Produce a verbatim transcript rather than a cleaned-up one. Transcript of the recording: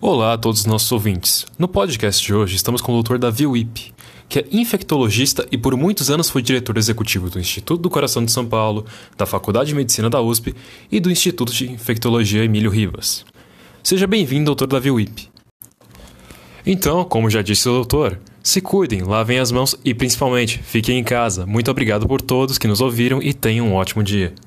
Olá a todos os nossos ouvintes. No podcast de hoje estamos com o doutor Davi Wippe, que é infectologista e por muitos anos foi diretor executivo do Instituto do Coração de São Paulo, da Faculdade de Medicina da U S P e do Instituto de Infectologia Emílio Rivas. Seja bem-vindo, doutor Davi Wippe. Então, como já disse o doutor, se cuidem, lavem as mãos e principalmente fiquem em casa. Muito obrigado por todos que nos ouviram e tenham um ótimo dia.